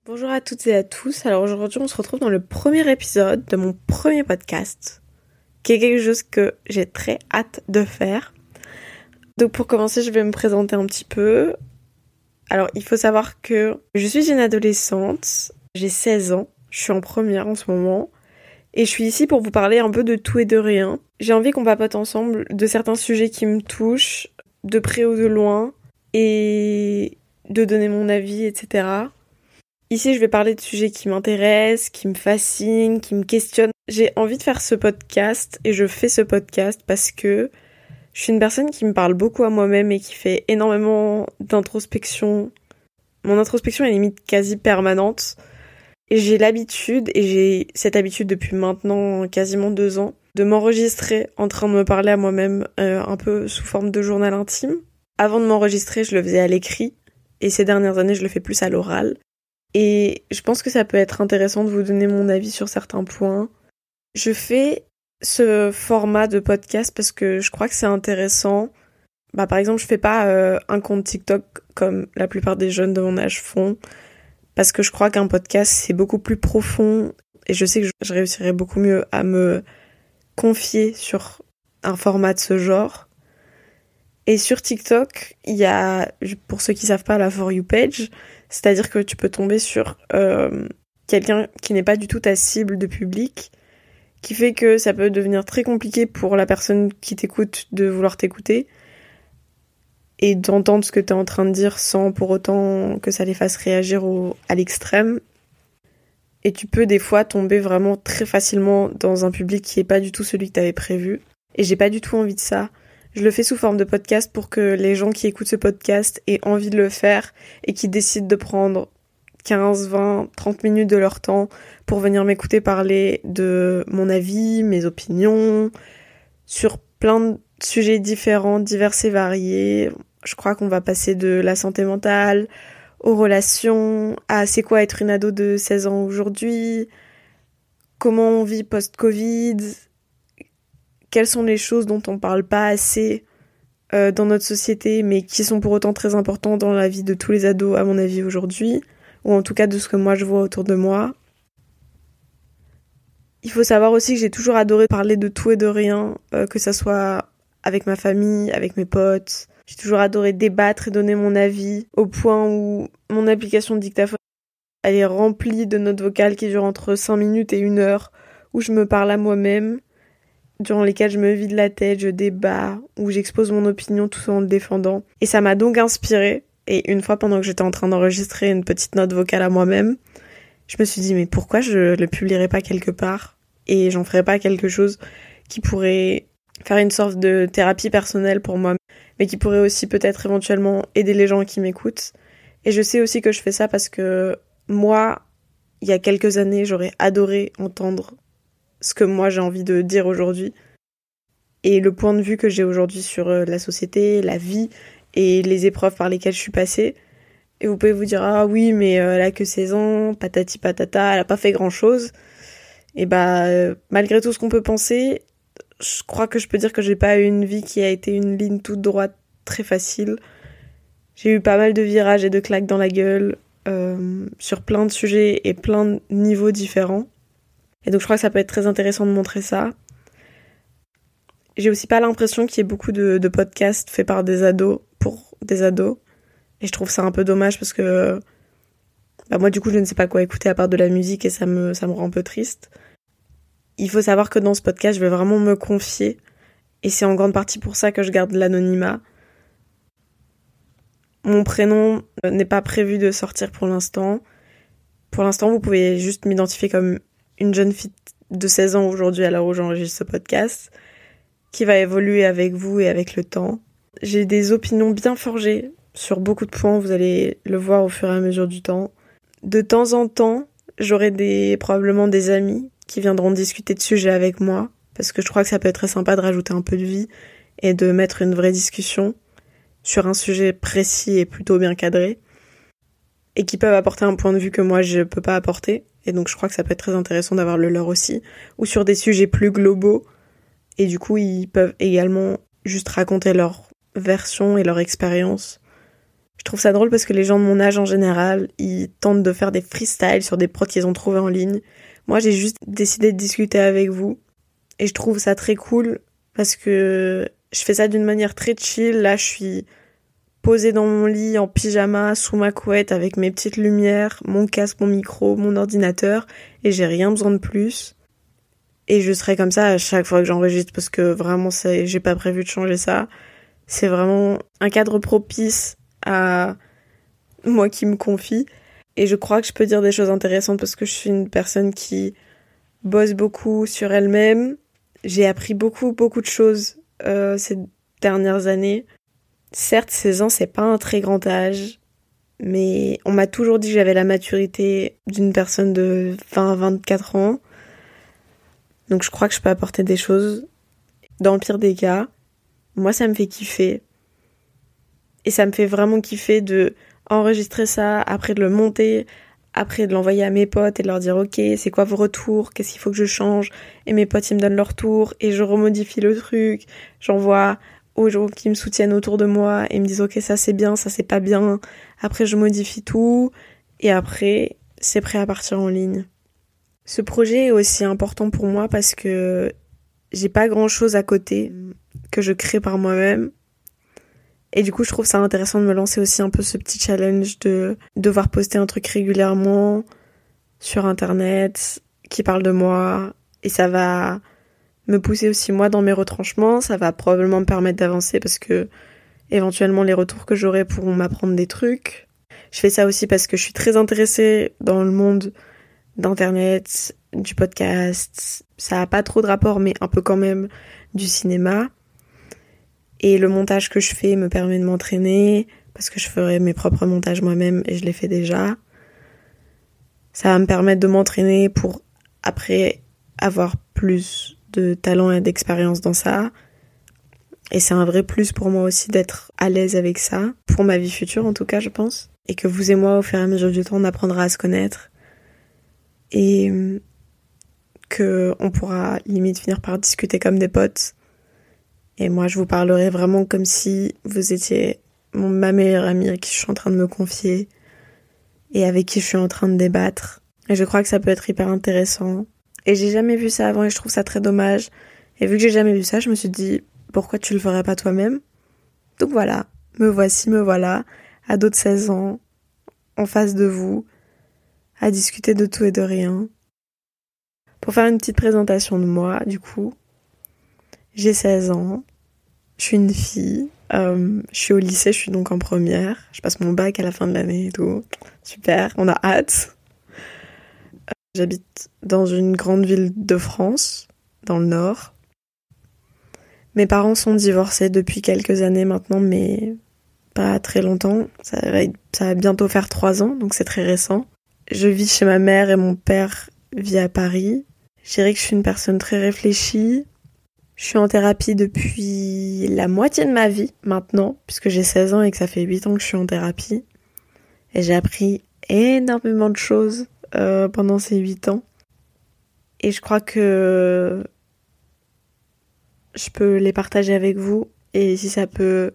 Bonjour à toutes et à tous. Alors aujourd'hui, on se retrouve dans le premier épisode de mon premier podcast, qui est quelque chose que j'ai très hâte de faire. Donc pour commencer, je vais me présenter un petit peu. Alors il faut savoir que je suis une adolescente, j'ai 16 ans, je suis en première en ce moment, et je suis ici pour vous parler un peu de tout et de rien. J'ai envie qu'on papote ensemble de certains sujets qui me touchent, de près ou de loin, et de donner mon avis, etc. Ici, je vais parler de sujets qui m'intéressent, qui me fascinent, qui me questionnent. J'ai envie de faire ce podcast et je fais ce podcast parce que je suis une personne qui me parle beaucoup à moi-même et qui fait énormément d'introspection. Mon introspection est limite quasi permanente. Et j'ai l'habitude, et j'ai cette habitude depuis maintenant quasiment 2 ans, de m'enregistrer en train de me parler à moi-même un peu sous forme de journal intime. Avant de m'enregistrer, je le faisais à l'écrit. Et ces dernières années, je le fais plus à l'oral. Et je pense que ça peut être intéressant de vous donner mon avis sur certains points. Je fais ce format de podcast parce que je crois que c'est intéressant. Par exemple, je fais pas un compte TikTok comme la plupart des jeunes de mon âge font, parce que je crois qu'un podcast, c'est beaucoup plus profond, et je sais que je réussirais beaucoup mieux à me confier sur un format de ce genre. Et sur TikTok, il y a, pour ceux qui savent pas, la For You page, c'est-à-dire que tu peux tomber sur quelqu'un qui n'est pas du tout ta cible de public, qui fait que ça peut devenir très compliqué pour la personne qui t'écoute de vouloir t'écouter et d'entendre ce que tu es en train de dire sans pour autant que ça les fasse réagir à l'extrême. Et tu peux des fois tomber vraiment très facilement dans un public qui est pas du tout celui que tu avais prévu. Et j'ai pas du tout envie de ça. Je le fais sous forme de podcast pour que les gens qui écoutent ce podcast aient envie de le faire et qui décident de prendre 15, 20, 30 minutes de leur temps pour venir m'écouter parler de mon avis, mes opinions, sur plein de sujets différents, divers et variés. Je crois qu'on va passer de la santé mentale aux relations, à c'est quoi être une ado de 16 ans aujourd'hui, comment on vit post-Covid, quelles sont les choses dont on parle pas assez dans notre société, mais qui sont pour autant très importantes dans la vie de tous les ados, à mon avis, aujourd'hui, ou en tout cas de ce que moi je vois autour de moi. Il faut savoir aussi que j'ai toujours adoré parler de tout et de rien, que ça soit avec ma famille, avec mes potes. J'ai toujours adoré débattre et donner mon avis, au point où mon application de dictaphone, elle est remplie de notes vocales qui durent entre 5 minutes et 1 heure, où je me parle à moi-même, durant lesquelles je me vide la tête, je débat, où j'expose mon opinion tout en le défendant. Et ça m'a donc inspirée. Et une fois, pendant que j'étais en train d'enregistrer une petite note vocale à moi-même, je me suis dit, mais pourquoi je le publierais pas quelque part et j'en ferais pas quelque chose qui pourrait faire une sorte de thérapie personnelle pour moi, mais qui pourrait aussi peut-être éventuellement aider les gens qui m'écoutent. Et je sais aussi que je fais ça parce que moi, il y a quelques années, j'aurais adoré entendre ce que moi j'ai envie de dire aujourd'hui. Et le point de vue que j'ai aujourd'hui sur la société, la vie et les épreuves par lesquelles je suis passée. Et vous pouvez vous dire, ah oui, mais elle a que 16 ans, patati patata, elle a pas fait grand chose. Et malgré tout ce qu'on peut penser, je crois que je peux dire que j'ai pas eu une vie qui a été une ligne toute droite très facile. J'ai eu pas mal de virages et de claques dans la gueule, sur plein de sujets et plein de niveaux différents. Et donc je crois que ça peut être très intéressant de montrer ça. J'ai aussi pas l'impression qu'il y ait beaucoup de podcasts faits par des ados, pour des ados. Et je trouve ça un peu dommage parce que moi du coup je ne sais pas quoi écouter à part de la musique et ça me rend un peu triste. Il faut savoir que dans ce podcast je vais vraiment me confier et c'est en grande partie pour ça que je garde l'anonymat. Mon prénom n'est pas prévu de sortir pour l'instant. Pour l'instant vous pouvez juste m'identifier comme une jeune fille de 16 ans aujourd'hui à l'heure où j'enregistre ce podcast, qui va évoluer avec vous et avec le temps. J'ai des opinions bien forgées sur beaucoup de points, vous allez le voir au fur et à mesure du temps. De temps en temps, j'aurai probablement des amis qui viendront discuter de sujets avec moi, parce que je crois que ça peut être très sympa de rajouter un peu de vie et de mettre une vraie discussion sur un sujet précis et plutôt bien cadré, et qui peuvent apporter un point de vue que moi je peux pas apporter, et donc je crois que ça peut être très intéressant d'avoir le leur aussi, ou sur des sujets plus globaux, et du coup ils peuvent également juste raconter leur version et leur expérience. Je trouve ça drôle parce que les gens de mon âge en général, ils tentent de faire des freestyles sur des prods qu'ils ont trouvés en ligne. Moi, j'ai juste décidé de discuter avec vous. Et je trouve ça très cool parce que je fais ça d'une manière très chill. Là, je suis posée dans mon lit en pyjama, sous ma couette, avec mes petites lumières, mon casque, mon micro, mon ordinateur. Et j'ai rien besoin de plus. Et je serai comme ça à chaque fois que j'enregistre parce que vraiment, j'ai pas prévu de changer ça. C'est vraiment un cadre propice à moi qui me confie. Et je crois que je peux dire des choses intéressantes parce que je suis une personne qui bosse beaucoup sur elle-même. J'ai appris beaucoup de choses ces dernières années. Certes, 16 ans, c'est pas un très grand âge, mais on m'a toujours dit que j'avais la maturité d'une personne de 20 à 24 ans. Donc je crois que je peux apporter des choses. Dans le pire des cas, moi ça me fait kiffer. Et ça me fait vraiment kiffer de enregistrer ça, après de le monter, après de l'envoyer à mes potes et de leur dire ok, c'est quoi vos retours, qu'est-ce qu'il faut que je change, et mes potes ils me donnent leur retour et je remodifie le truc, j'envoie aux gens qui me soutiennent autour de moi et me disent ok, ça c'est bien, ça c'est pas bien, après je modifie tout et après c'est prêt à partir en ligne. Ce projet est aussi important pour moi parce que j'ai pas grand chose à côté que je crée par moi-même. Et du coup, je trouve ça intéressant de me lancer aussi un peu ce petit challenge de devoir poster un truc régulièrement sur Internet qui parle de moi. Et ça va me pousser aussi moi dans mes retranchements. Ça va probablement me permettre d'avancer parce que éventuellement les retours que j'aurai pourront m'apprendre des trucs. Je fais ça aussi parce que je suis très intéressée dans le monde d'Internet, du podcast. Ça a pas trop de rapport, mais un peu quand même du cinéma. Et le montage que je fais me permet de m'entraîner, parce que je ferai mes propres montages moi-même et je les fais déjà. Ça va me permettre de m'entraîner pour après avoir plus de talent et d'expérience dans ça. Et c'est un vrai plus pour moi aussi d'être à l'aise avec ça, pour ma vie future en tout cas je pense. Et que vous et moi au fur et à mesure du temps on apprendra à se connaître. Et que on pourra limite finir par discuter comme des potes. Et moi, je vous parlerai vraiment comme si vous étiez ma meilleure amie à qui je suis en train de me confier et avec qui je suis en train de débattre. Et je crois que ça peut être hyper intéressant. Et j'ai jamais vu ça avant et je trouve ça très dommage. Et vu que j'ai jamais vu ça, je me suis dit, pourquoi tu le ferais pas toi-même? Donc voilà, me voilà, ado de 16 ans, en face de vous, à discuter de tout et de rien. Pour faire une petite présentation de moi, du coup, j'ai 16 ans. Je suis une fille, je suis au lycée, je suis donc en première. Je passe mon bac à la fin de l'année et tout. Super, on a hâte. J'habite dans une grande ville de France, dans le nord. Mes parents sont divorcés depuis quelques années maintenant, mais pas très longtemps. Ça va bientôt faire 3 ans, donc c'est très récent. Je vis chez ma mère et mon père vit à Paris. Je dirais que je suis une personne très réfléchie. Je suis en thérapie depuis la moitié de ma vie maintenant, puisque j'ai 16 ans et que ça fait 8 ans que je suis en thérapie. Et j'ai appris énormément de choses pendant ces 8 ans. Et je crois que je peux les partager avec vous. Et si ça peut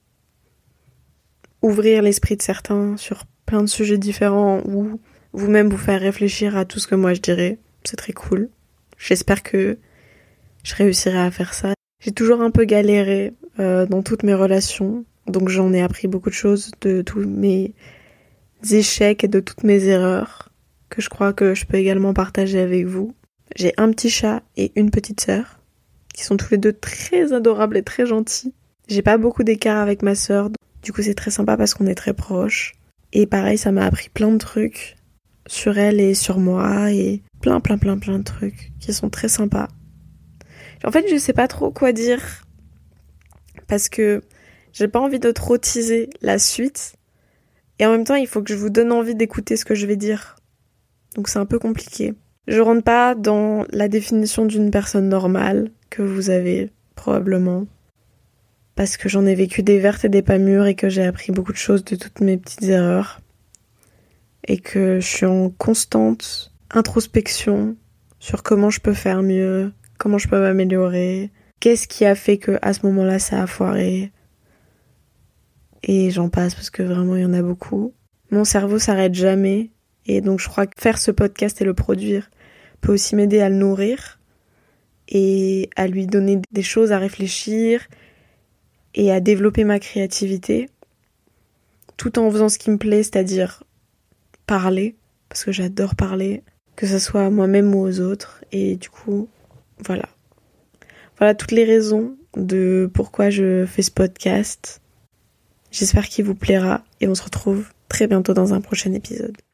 ouvrir l'esprit de certains sur plein de sujets différents ou vous-même vous faire réfléchir à tout ce que moi je dirais, c'est très cool. J'espère que je réussirai à faire ça. J'ai toujours un peu galéré dans toutes mes relations, donc j'en ai appris beaucoup de choses de tous mes échecs et de toutes mes erreurs, que je crois que je peux également partager avec vous. J'ai un petit chat et une petite sœur, qui sont tous les deux très adorables et très gentils. J'ai pas beaucoup d'écart avec ma sœur, du coup c'est très sympa parce qu'on est très proches. Et pareil, ça m'a appris plein de trucs sur elle et sur moi, et plein de trucs qui sont très sympas. En fait, je sais pas trop quoi dire parce que j'ai pas envie de trop teaser la suite et en même temps, il faut que je vous donne envie d'écouter ce que je vais dire. Donc c'est un peu compliqué. Je rentre pas dans la définition d'une personne normale que vous avez probablement parce que j'en ai vécu des vertes et des pas mûres et que j'ai appris beaucoup de choses de toutes mes petites erreurs et que je suis en constante introspection sur comment je peux faire mieux, comment je peux m'améliorer, qu'est-ce qui a fait que à ce moment-là ça a foiré. Et j'en passe parce que vraiment il y en a beaucoup. Mon cerveau s'arrête jamais. Et donc je crois que faire ce podcast et le produire peut aussi m'aider à le nourrir et à lui donner des choses à réfléchir et à développer ma créativité tout en faisant ce qui me plaît, c'est-à-dire parler, parce que j'adore parler, que ce soit à moi-même ou aux autres. Et du coup, voilà. Voilà toutes les raisons de pourquoi je fais ce podcast. J'espère qu'il vous plaira et on se retrouve très bientôt dans un prochain épisode.